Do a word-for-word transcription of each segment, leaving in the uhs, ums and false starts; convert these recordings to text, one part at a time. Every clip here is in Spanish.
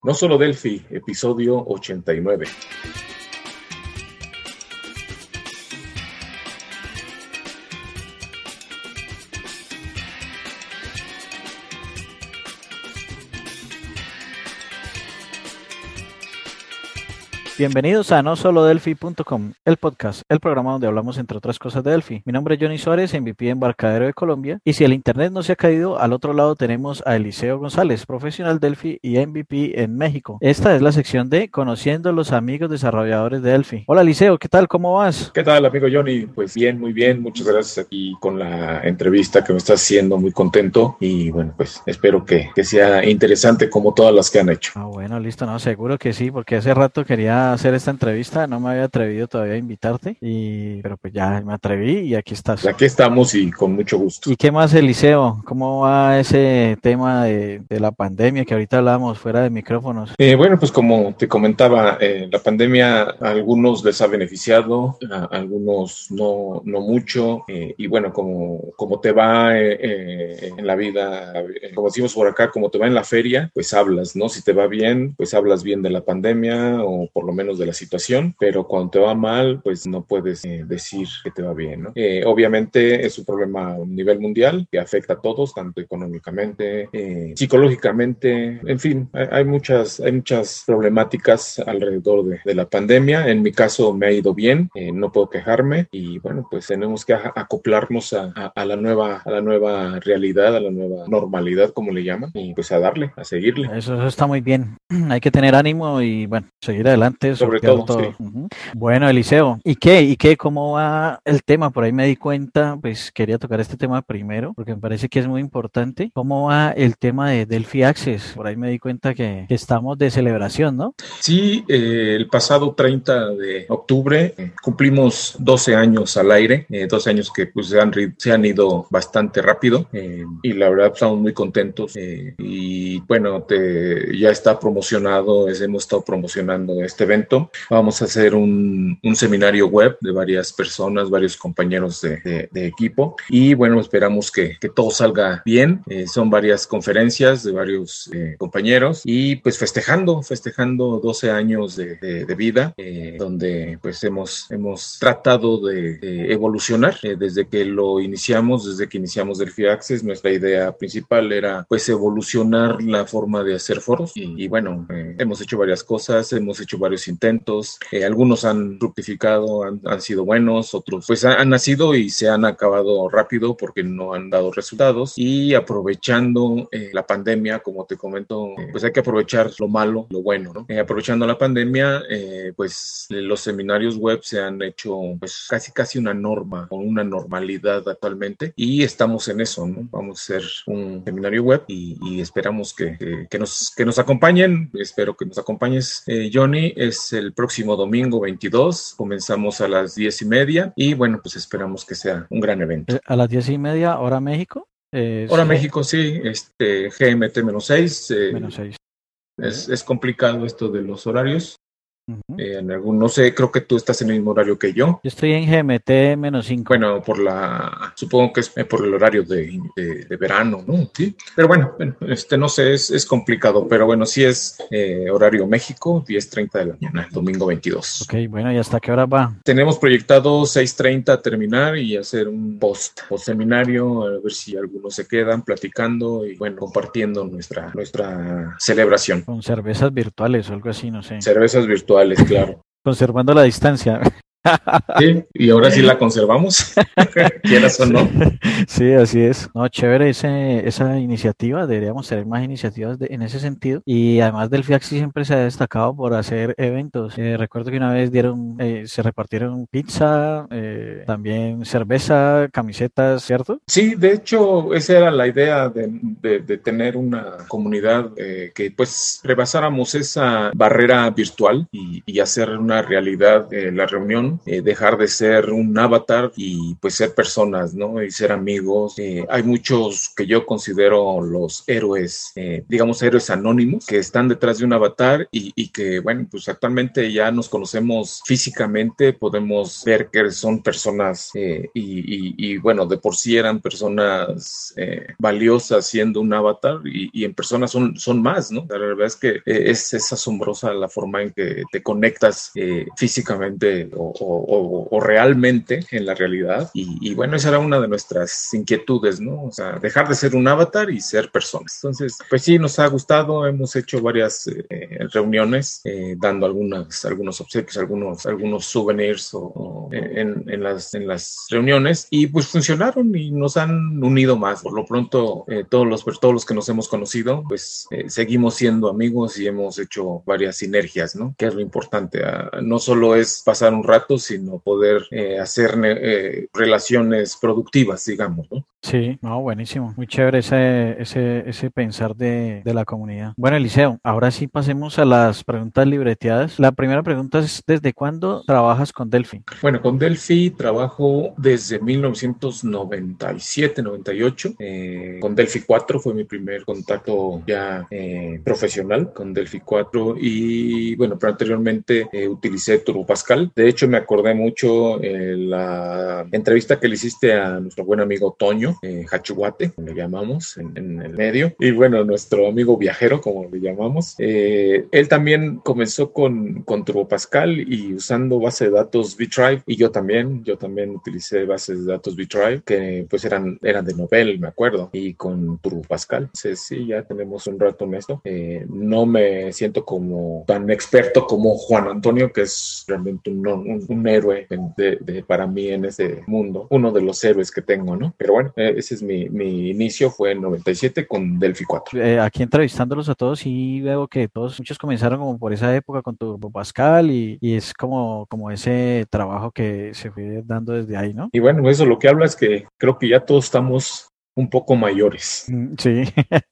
No Solo Delphi, episodio ochenta y nueve. Bienvenidos a no solo delphi punto com, el podcast, el programa donde hablamos entre otras cosas de Delphi. Mi nombre es Johnny Suárez, M V P Embarcadero de Colombia, y si el internet no se ha caído, al otro lado tenemos a Eliseo González, profesional Delphi y M V P en México. Esta es la sección de Conociendo a los amigos desarrolladores de Delphi. Hola Eliseo, ¿qué tal? ¿Cómo vas? ¿Qué tal, amigo Johnny? Pues bien, muy bien, muchas gracias aquí con la entrevista que me estás haciendo, muy contento y bueno, pues espero que, que sea interesante como todas las que han hecho. Ah, bueno, listo, no, seguro que sí, porque hace rato quería hacer esta entrevista, no me había atrevido todavía a invitarte, y pero pues ya me atreví y aquí estás. Aquí estamos y con mucho gusto. ¿Y qué más, Eliseo? ¿Cómo va ese tema de, de la pandemia que ahorita hablábamos fuera de micrófonos? Eh, bueno, pues como te comentaba, eh, la pandemia a algunos les ha beneficiado, a algunos no, no mucho, eh, y bueno, como, como te va eh, eh, en la vida, eh, como decimos por acá, como te va en la feria, pues hablas, ¿no? Si te va bien, pues hablas bien de la pandemia o por lo menos de la situación, pero cuando te va mal, pues no puedes eh, decir que te va bien, ¿no? Eh, obviamente es un problema a nivel mundial que afecta a todos, tanto económicamente, eh, psicológicamente, en fin, hay, hay muchas, hay muchas problemáticas alrededor de, de la pandemia. En mi caso me ha ido bien, eh, no puedo quejarme y bueno, pues tenemos que a, acoplarnos a, a, a la nueva, a la nueva realidad, a la nueva normalidad, como le llaman, y pues a darle, a seguirle. Eso, eso está muy bien. Hay que tener ánimo y bueno, seguir adelante. Sobre todo, todo. Sí. Uh-huh. Bueno, Eliseo, ¿y qué? ¿Y qué? ¿Cómo va el tema? Por ahí me di cuenta, pues quería tocar este tema primero, porque me parece que es muy importante. ¿Cómo va el tema de Delphi Access? Por ahí me di cuenta que, que estamos de celebración, ¿no? Sí, eh, el pasado treinta de octubre eh, cumplimos doce años al aire, eh, doce años que pues se han, se han ido bastante rápido eh, y la verdad estamos muy contentos eh, y bueno, te, ya está promocionado, es, hemos estado promocionando este evento. Vamos a hacer un, un seminario web de varias personas, varios compañeros de, de, de equipo y bueno, esperamos que, que todo salga bien. Eh, son varias conferencias de varios eh, compañeros y pues festejando, festejando doce años de, de, de vida, eh, donde pues hemos, hemos tratado de, de evolucionar eh, desde que lo iniciamos, desde que iniciamos Delphi Access. Nuestra idea principal era pues evolucionar la forma de hacer foros y, y bueno, eh, hemos hecho varias cosas, hemos hecho varios intentos, eh, algunos han fructificado, han, han sido buenos, otros pues han, han nacido y se han acabado rápido porque no han dado resultados y aprovechando eh, la pandemia, como te comento, eh, pues hay que aprovechar lo malo, lo bueno, ¿no? Eh, aprovechando la pandemia, eh, pues los seminarios web se han hecho pues casi casi una norma o una normalidad actualmente y estamos en eso, ¿no? Vamos a hacer un seminario web y, y esperamos que, que, que, nos, que nos acompañen, espero que nos acompañes, eh, Johnny. Es el próximo domingo veintidós, comenzamos a las diez y media y bueno, pues esperamos que sea un gran evento. A las diez y media, hora México. Eh, hora sí. México, sí, este G M T menos seis. Eh, menos seis. Es, es complicado esto de los horarios. Uh-huh. Eh, en algún, no sé, creo que tú estás en el mismo horario que yo. Yo estoy en G M T menos cinco. Bueno, por la, supongo que es por el horario de, de, de verano, ¿no? Sí. Pero bueno, bueno, este no sé, es, es complicado, pero bueno, sí es eh, horario México, diez treinta de la mañana, domingo veintidós. Ok, bueno, ¿y hasta qué hora va? Tenemos proyectado seis treinta terminar y hacer un post, post seminario, a ver si algunos se quedan platicando y bueno, compartiendo nuestra, nuestra celebración. Con cervezas virtuales o algo así, no sé. Cervezas virtuales, claro. Conservando la distancia. Sí, y ahora sí la conservamos, quieras o no. Sí, así es. No, chévere ese, esa iniciativa, deberíamos tener más iniciativas de, en ese sentido. Y además Delphi Access siempre se ha destacado por hacer eventos. Eh, recuerdo que una vez dieron, eh, se repartieron pizza, eh, también cerveza, camisetas, ¿cierto? Sí, de hecho, esa era la idea de, de, de tener una comunidad eh, que pues rebasáramos esa barrera virtual y, y hacer una realidad eh, la reunión transición, eh, dejar de ser un avatar y pues ser personas, ¿no? Y ser amigos. Eh, hay muchos que yo considero los héroes, eh, digamos héroes anónimos, que están detrás de un avatar y, y que, bueno, pues actualmente ya nos conocemos físicamente, podemos ver que son personas eh, y, y, y, bueno, de por sí eran personas eh, valiosas siendo un avatar y, y en persona son, son más, ¿no? La verdad es que eh, es, es asombrosa la forma en que te conectas eh, físicamente o, o, o, o realmente en la realidad y, y bueno, esa era una de nuestras inquietudes, ¿no? O sea, dejar de ser un avatar y ser personas. Entonces, pues sí, nos ha gustado, hemos hecho varias eh, reuniones eh, dando algunas, algunos obsequios, algunos, algunos souvenirs o, o en, en, las, en las reuniones y pues funcionaron y nos han unido más. Por lo pronto, eh, todos, los, todos los que nos hemos conocido, pues eh, seguimos siendo amigos y hemos hecho varias sinergias, ¿no? Que es lo importante. Uh, no solo es pasar un rato, sino poder eh, hacer eh, relaciones productivas, digamos, ¿no? Sí, no, buenísimo. Muy chévere ese, ese, ese pensar de, de la comunidad. Bueno, Eliseo, ahora sí pasemos a las preguntas libreteadas. La primera pregunta es, ¿desde cuándo trabajas con Delphi? Bueno, con Delphi trabajo desde mil novecientos noventa y siete, noventa y ocho. Eh, con Delphi cuatro fue mi primer contacto ya eh, profesional con Delphi cuatro y bueno, pero anteriormente eh, utilicé Turbo Pascal. De hecho, me acordé mucho eh, la entrevista que le hiciste a nuestro buen amigo Toño eh, Hachuate, le llamamos en, en el medio, y bueno, nuestro amigo viajero, como le llamamos, eh, él también comenzó con, con Turbo Pascal y usando base de datos vDrive, y yo también, yo también utilicé bases de datos vDrive, que pues eran, eran de Novell, me acuerdo, y con Turbo Pascal. Entonces sí, ya tenemos un rato en esto. Eh, no me siento como tan experto como Juan Antonio, que es realmente un, un, un héroe de, de, para mí en ese mundo, uno de los héroes que tengo, ¿no? Pero bueno, ese es mi, mi inicio, fue en noventa y siete con Delphi cuatro. Eh, aquí entrevistándolos a todos y veo que todos, muchos comenzaron como por esa época con Turbo Pascal y, y es como, como ese trabajo que se fue dando desde ahí, ¿no? Y bueno, eso lo que habla es que creo que ya todos estamos un poco mayores. Sí.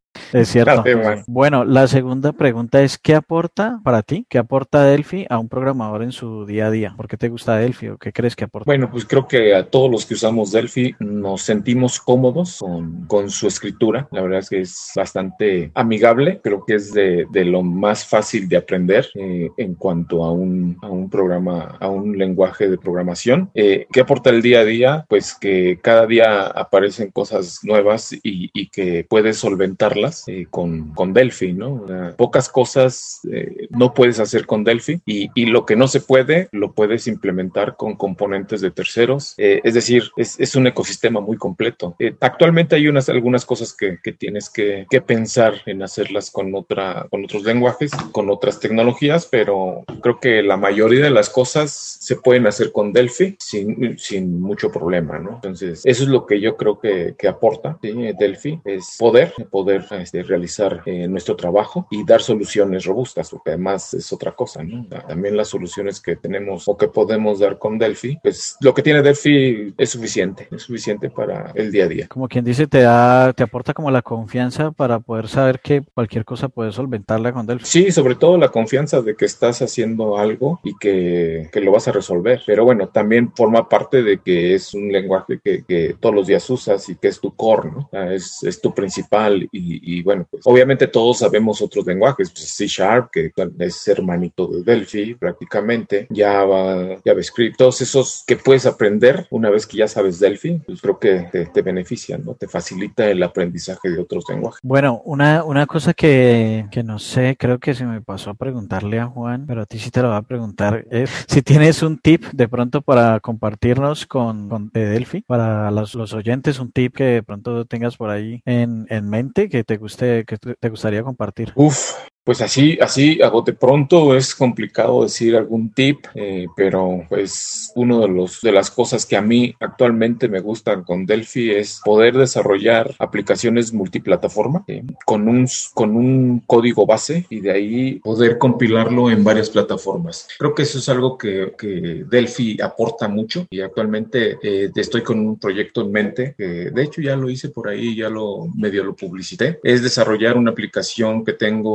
Es cierto. Sí. Bueno, la segunda pregunta es, ¿qué aporta para ti? ¿Qué aporta Delphi a un programador en su día a día? ¿Por qué te gusta Delphi o qué crees que aporta? Bueno, pues creo que a todos los que usamos Delphi nos sentimos cómodos con, con su escritura. La verdad es que es bastante amigable. Creo que es de, de lo más fácil de aprender eh, en cuanto a un, a un programa, a un lenguaje de programación. Eh, ¿Qué aporta el día a día? Pues que cada día aparecen cosas nuevas y, y que puedes solventarlas Eh, con, con Delphi, ¿no? O sea, pocas cosas eh, no puedes hacer con Delphi y, y lo que no se puede lo puedes implementar con componentes de terceros. Eh, es decir, es, es un ecosistema muy completo. Eh, actualmente hay unas, algunas cosas que, que tienes que, que pensar en hacerlas con, otra, con otros lenguajes, con otras tecnologías, pero creo que la mayoría de las cosas se pueden hacer con Delphi sin, sin mucho problema, ¿no? Entonces, eso es lo que yo creo que, que aporta, ¿sí? Delphi, es poder, poder Este, realizar eh, nuestro trabajo y dar soluciones robustas, porque además es otra cosa, ¿no? También las soluciones que tenemos o que podemos dar con Delphi, pues lo que tiene Delphi es suficiente, es suficiente para el día a día. Como quien dice, te da, te aporta como la confianza para poder saber que cualquier cosa puedes solventarla con Delphi. Sí, sobre todo la confianza de que estás haciendo algo y que, que lo vas a resolver, pero bueno, también forma parte de que es un lenguaje que, que todos los días usas y que es tu core, ¿no? Es, es tu principal y Y bueno, pues obviamente todos sabemos otros lenguajes, pues C Sharp, que es hermanito de Delphi prácticamente, Java, JavaScript, todos esos que puedes aprender una vez que ya sabes Delphi, pues creo que te, te benefician, ¿no? Te facilita el aprendizaje de otros lenguajes. Bueno, una, una cosa que, que no sé, creo que se me pasó a preguntarle a Juan, pero a ti sí te lo voy a preguntar, es si tienes un tip de pronto para compartirnos con, con de Delphi, para los, los oyentes, un tip que de pronto tengas por ahí en, en mente que te guste, que te gustaría compartir. Uf, pues así, así a bote pronto es complicado decir algún tip, eh, pero pues uno de los de las cosas que a mí actualmente me gustan con Delphi es poder desarrollar aplicaciones multiplataforma eh, con un con un código base y de ahí poder compilarlo en varias plataformas. Creo que eso es algo que, que Delphi aporta mucho y actualmente eh, estoy con un proyecto en mente que de hecho ya lo hice por ahí, ya lo medio lo publicité. Es desarrollar una aplicación que tengo de hace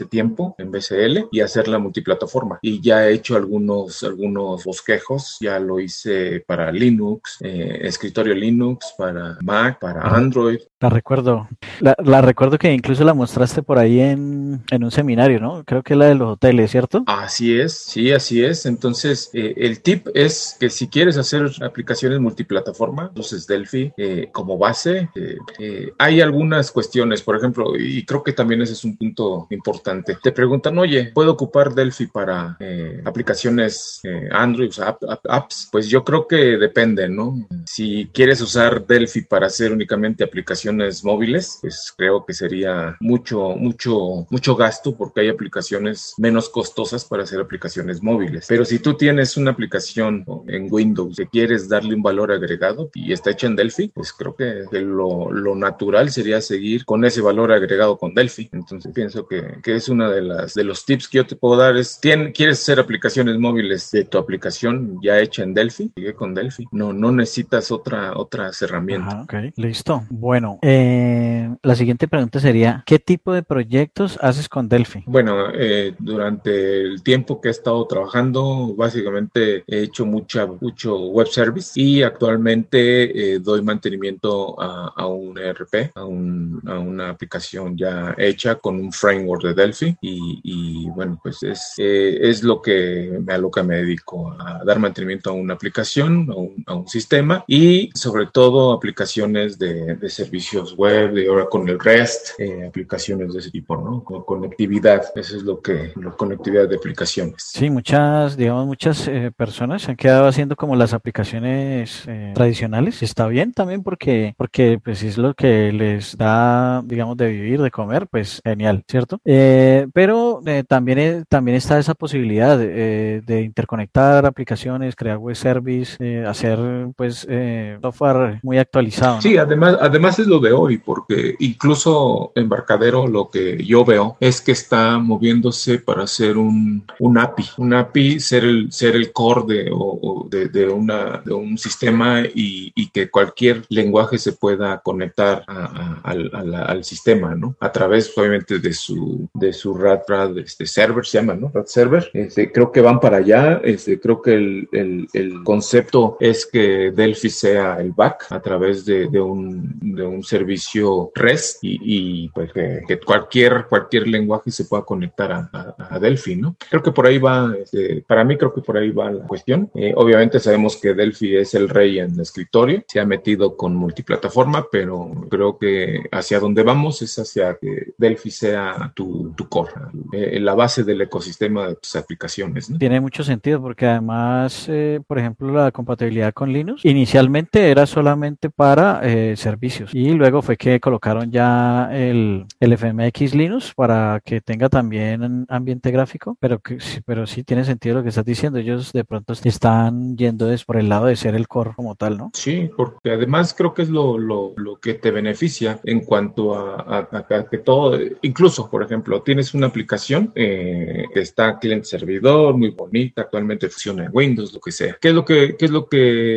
hace tiempo en B C L y hacerla multiplataforma. Y ya he hecho algunos, algunos bosquejos, ya lo hice para Linux, eh, escritorio Linux, para Mac, para Android. La recuerdo, la, la recuerdo que incluso la mostraste por ahí en, en un seminario, ¿no? Creo que la de los hoteles, ¿cierto? Así es, sí, así es. Entonces, eh, el tip es que si quieres hacer aplicaciones multiplataforma, entonces Delphi eh, como base, eh, eh, hay algunas cuestiones, por ejemplo, y creo que también ese es un punto importante. Te preguntan, oye, ¿puedo ocupar Delphi para eh, aplicaciones eh, Android, o sea, app, app, apps? Pues yo creo que depende, ¿no? Si quieres usar Delphi para hacer únicamente aplicaciones móviles, pues creo que sería mucho, mucho, mucho gasto porque hay aplicaciones menos costosas para hacer aplicaciones móviles. Pero si tú tienes una aplicación en Windows que quieres darle un valor agregado y está hecha en Delphi, pues creo que, que lo, lo natural sería seguir con ese valor agregado con Delphi. Entonces pienso que, que es una de las de los tips que yo te puedo dar es, ¿tien, ¿quieres hacer aplicaciones móviles de tu aplicación ya hecha en Delphi? Sigue con Delphi. No, no necesitas otra, otras herramientas. Ajá, ok, listo. Bueno, eh, la siguiente pregunta sería, ¿qué tipo de proyectos haces con Delphi? Bueno, eh, durante el tiempo que he estado trabajando, básicamente he hecho mucha, mucho web service y actualmente eh, doy mantenimiento a, a un E R P, a, un, a una aplicación ya hecha con un framework de Delphi y, y bueno, pues es, eh, es lo que, a lo que me dedico, a dar mantenimiento a una aplicación, a un, a un sistema y sobre todo aplicaciones de, de servicios web, de ahora con el REST, eh, aplicaciones de ese tipo, ¿no? Con conectividad, eso es lo que, la conectividad de aplicaciones. Sí, muchas, digamos, muchas eh, personas se han quedado haciendo como las aplicaciones eh, tradicionales. Está bien también porque, porque pues es lo que les da, digamos, de vivir, de comer, pues genial, ¿cierto? Eh, pero eh, también, eh, también está esa posibilidad eh, de interconectar aplicaciones, crear web service, eh, hacer pues eh, software muy actualizado, ¿no? Sí, además, además es lo de hoy, porque incluso Embarcadero lo que yo veo es que está moviéndose para hacer un, un A P I, un A P I ser el, ser el core de, o, o de, de, una, de un sistema y, y que cualquier lenguaje se pueda conectar a, a, al, a la, al sistema, ¿no? A través, obviamente, de su, de su R A D, R A D este, server, se llama, ¿no? R A D server. Este, creo que van para allá. Este, creo que el, el, el concepto es que Delphi sea el back a través de, de, un, de un servicio REST y, y pues que, que cualquier, cualquier lenguaje se pueda conectar a, a, a Delphi, ¿no? Creo que por ahí va, este, para mí creo que por ahí va la cuestión. Eh, obviamente sabemos que Delphi es el rey en escritorio, se ha metido con multiplataforma, pero creo que hacia donde vamos es hacia que Delphi sea tu, tu core, eh, la base del ecosistema de tus aplicaciones, ¿no? Tiene mucho sentido porque además, eh, por ejemplo, la compatibilidad con Linux inicialmente era solamente para eh, servicios y luego fue que colocaron ya el, el F M X Linux para que tenga también ambiente gráfico, pero que pero sí tiene sentido lo que estás diciendo. Ellos de pronto están yendo es por el lado de ser el core como tal, ¿no? Sí, porque además creo que es lo, lo, lo que te beneficia en cuanto a, a, a que todo, incluso, por ejemplo, tienes una aplicación eh, que está cliente-servidor, muy bonita, actualmente funciona en Windows, lo que sea. ¿Qué es lo que, qué es lo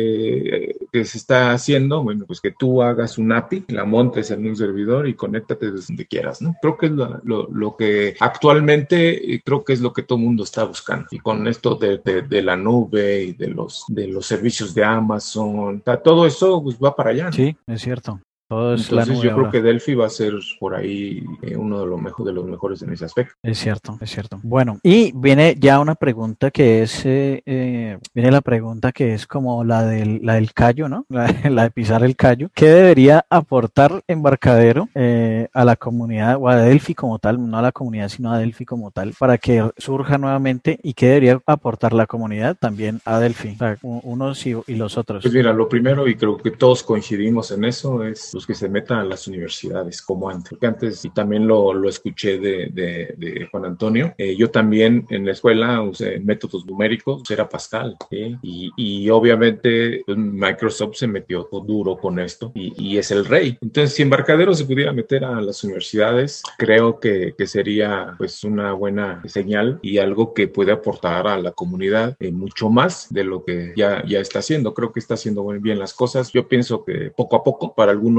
que, que se está haciendo? Bueno, pues que tú hagas un A P I, la montes en un servidor y conéctate desde donde quieras, ¿no? Creo que es lo, lo, lo que actualmente creo que es lo que todo el mundo está buscando. Y con esto de, de, de la nube y de los, de los servicios de Amazon, todo eso pues va para allá, ¿no? Sí, es cierto. Todo es Entonces la nube yo creo ahora. que Delphi va a ser por ahí eh, uno de los, mejor, de los mejores en ese aspecto. Es cierto, es cierto. Bueno, y viene ya una pregunta que es, eh, eh, viene la pregunta que es como la del, la del callo, ¿no? La, la de pisar el callo. ¿Qué debería aportar Embarcadero eh, a la comunidad o a Delphi como tal, no a la comunidad, sino a Delphi como tal, para que surja nuevamente? ¿Y qué debería aportar la comunidad también a Delphi? O sea, unos y, y los otros. Pues mira, lo primero, y creo que todos coincidimos en eso, es los que se metan a las universidades, como antes. Porque antes, y también lo, lo escuché de, de, de Juan Antonio, eh, yo también en la escuela usé métodos numéricos, era Pascal, ¿sí? y, y obviamente pues, Microsoft se metió duro con esto y, y es el rey. Entonces, si Embarcadero se pudiera meter a las universidades, creo que, que sería pues una buena señal y algo que puede aportar a la comunidad eh, mucho más de lo que ya, ya está haciendo. Creo que está haciendo muy bien las cosas. Yo pienso que poco a poco, para algunos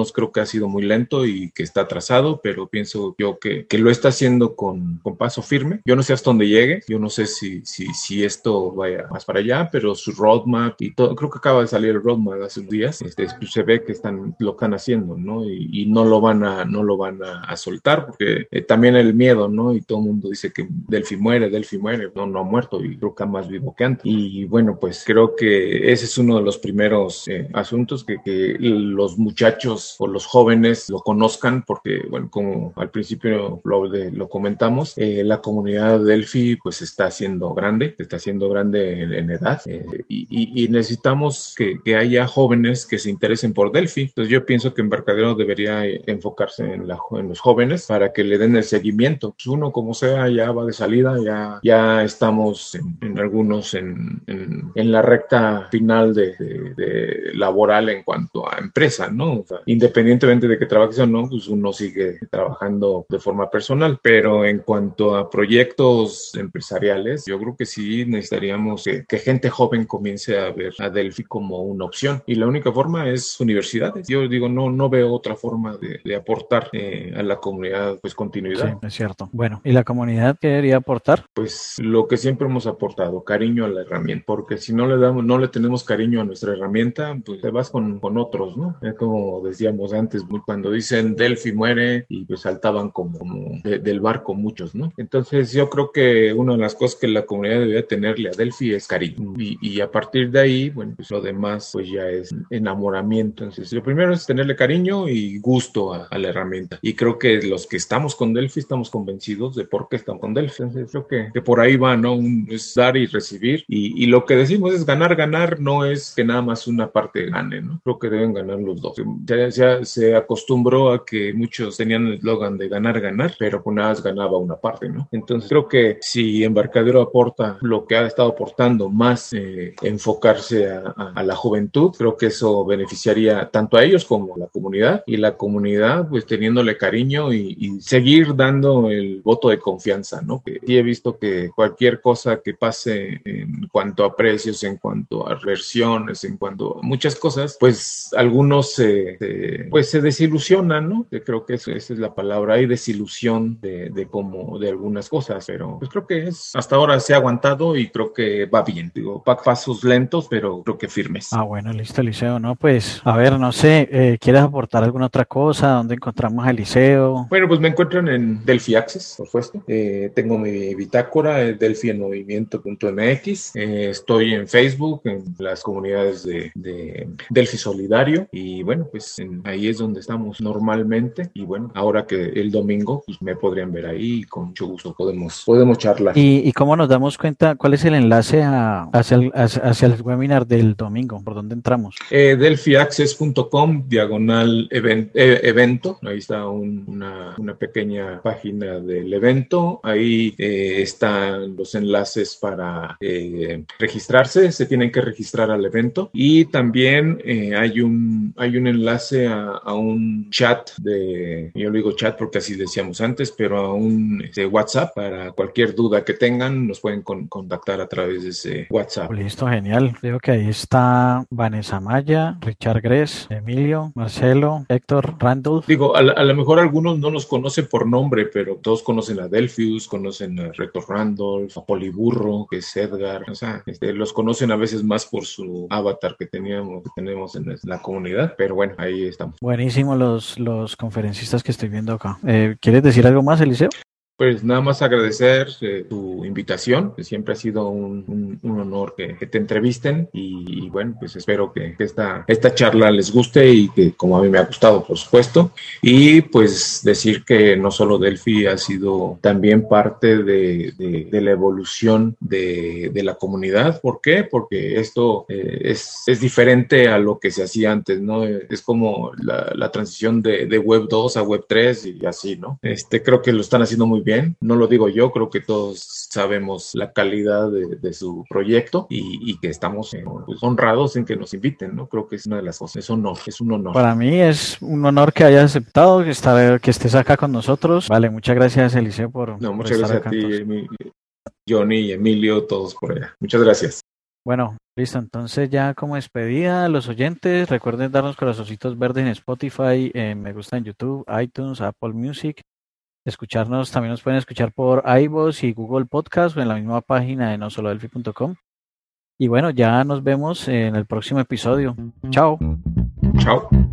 algunos creo que ha sido muy lento y que está atrasado, pero pienso yo que, que lo está haciendo con, con paso firme. Yo no sé hasta dónde llegue, yo no sé si, si, si esto vaya más para allá, pero su roadmap y todo, creo que acaba de salir el roadmap hace unos días, este, pues se ve que están, lo están haciendo, ¿no? Y, y no lo van a, no lo van a, a soltar, porque eh, también el miedo, ¿no? Y todo el mundo dice que Delphi muere, Delphi muere, no, no ha muerto y creo que más vivo que antes. Y bueno, pues creo que ese es uno de los primeros eh, asuntos que, que los muchachos o los jóvenes lo conozcan, porque bueno, como al principio lo, de, lo comentamos, eh, la comunidad de Delphi pues está haciendo grande, está haciendo grande en, en edad eh, y, y necesitamos que, que haya jóvenes que se interesen por Delphi. Entonces yo pienso que Embarcadero debería enfocarse en, la, en los jóvenes para que le den el seguimiento. Pues uno como sea ya va de salida, ya, ya estamos en, en algunos en, en, en la recta final de, de, de laboral en cuanto a empresa, ¿no? O sea, independientemente de que trabajes o no, pues uno sigue trabajando de forma personal, pero en cuanto a proyectos empresariales, yo creo que sí necesitaríamos que, que gente joven comience a ver a Delphi como una opción y la única forma es universidades. Yo digo, no, no veo otra forma de, de aportar eh, a la comunidad pues continuidad. Sí, es cierto. Bueno, ¿y la comunidad qué debería aportar? Pues lo que siempre hemos aportado, cariño a la herramienta, porque si no le damos, no le tenemos cariño a nuestra herramienta, pues te vas con, con otros, ¿no? Es como decíamos antes, cuando dicen Delphi muere y pues saltaban como, como de, del barco muchos, ¿no? Entonces yo creo que una de las cosas que la comunidad debería tenerle a Delphi es cariño y, y a partir de ahí, bueno, pues lo demás pues ya es enamoramiento. Entonces lo primero es tenerle cariño y gusto a, a la herramienta y creo que los que estamos con Delphi estamos convencidos de por qué estamos con Delphi. Entonces creo que, que por ahí va, ¿no? Un, es dar y recibir y, y lo que decimos es ganar, ganar, no es que nada más una parte gane, ¿no? Creo que deben ganar los dos. Ya, ya se acostumbró a que muchos tenían el eslogan de ganar, ganar, pero pues nada más ganaba una parte, ¿no? Entonces creo que si Embarcadero aporta lo que ha estado aportando, más eh, enfocarse a, a, a la juventud, creo que eso beneficiaría tanto a ellos como a la comunidad y la comunidad pues teniéndole cariño y, y seguir dando el voto de confianza, ¿no? Que sí he visto que cualquier cosa que pase en cuanto a precios, en cuanto a versiones, en cuanto a muchas cosas, pues algunos se, se, pues se desilusionan, ¿no? Que creo que eso, esa es la palabra, hay desilusión de, de como de algunas cosas, pero pues creo que es, hasta ahora se ha aguantado y creo que va bien, digo, pa pasos lentos, pero creo que firmes. Ah, bueno, listo, Eliseo, ¿no? Pues, a ver, no sé, eh, ¿quieres aportar alguna otra cosa? ¿Dónde encontramos a Eliseo? Bueno, pues me encuentran en Delphi Access, por supuesto. Eh, tengo mi bitácora, eh, delphi en movimiento punto m x. Eh, estoy en Facebook, en las comunidades de, de Delphi Solidario. Y bueno, pues en, ahí es donde estamos normalmente. Y bueno, ahora que el domingo, pues me podrían ver ahí y con mucho gusto podemos, podemos charlar. ¿Y, y cómo nos damos cuenta cuál es el enlace a, hacia, el, hacia, hacia el webinar del domingo? ¿Por dónde entramos? Eh, delphi access punto com, diagonal event, eh, evento. Ahí está un, una, una pequeña página del evento. Ahí eh, están los enlaces para eh, registrarse. Se tienen que registrar al evento. Y también eh, hay, un, hay un enlace a, a un chat de, yo le digo chat porque así decíamos antes, pero a un este, WhatsApp para cualquier duda que tengan, nos pueden con, contactar a través de ese WhatsApp. Listo, genial. Veo que ahí está Vanessa Maya, Richard Gress, Emilio, Marcelo, Héctor, Randolph. Digo, a, a lo mejor algunos no nos conocen por nombre, pero todos conocen a Delphius, conocen a Rector Randolph, a Poliburro, que es Edgar, o sea, este, los conocen a veces más por su avatar que teníamos, que tenemos en la comunidad, pero bueno, ahí estamos. Buenísimo los, los conferencistas que estoy viendo acá. Eh, ¿Quieres decir algo más, Eliseo? Pues nada más agradecer eh, tu invitación, que siempre ha sido un, un, un honor que, que te entrevisten y, y bueno, pues espero que, que esta, esta charla les guste y que como a mí me ha gustado, por supuesto, y pues decir que no solo Delphi ha sido también parte de, de, de la evolución de, de la comunidad. ¿Por qué? Porque esto eh, es, es diferente a lo que se hacía antes, ¿no? Es como la, la transición de, de web dos a web tres y así, ¿no? Este, creo que lo están haciendo muy bien. Bien, no lo digo yo, creo que todos sabemos la calidad de, de su proyecto y, y que estamos eh, pues, honrados en que nos inviten, ¿no? Creo que es una de las cosas, es honor, es un honor. Para mí es un honor que hayas aceptado, que, estar, que estés acá con nosotros. Vale, muchas gracias, Eliseo, por, no, por muchas estar gracias acá. a ti, Johnny y Emilio, todos por allá. Muchas gracias. Bueno. Listo, entonces ya como despedida, los oyentes, recuerden darnos corazoncitos verdes en Spotify, eh, me gusta en YouTube, iTunes, Apple Music. Escucharnos, también nos pueden escuchar por iVoox y Google Podcast o en la misma página de no solo delphi punto com. Y bueno, ya nos vemos en el próximo episodio. Chao. Chao.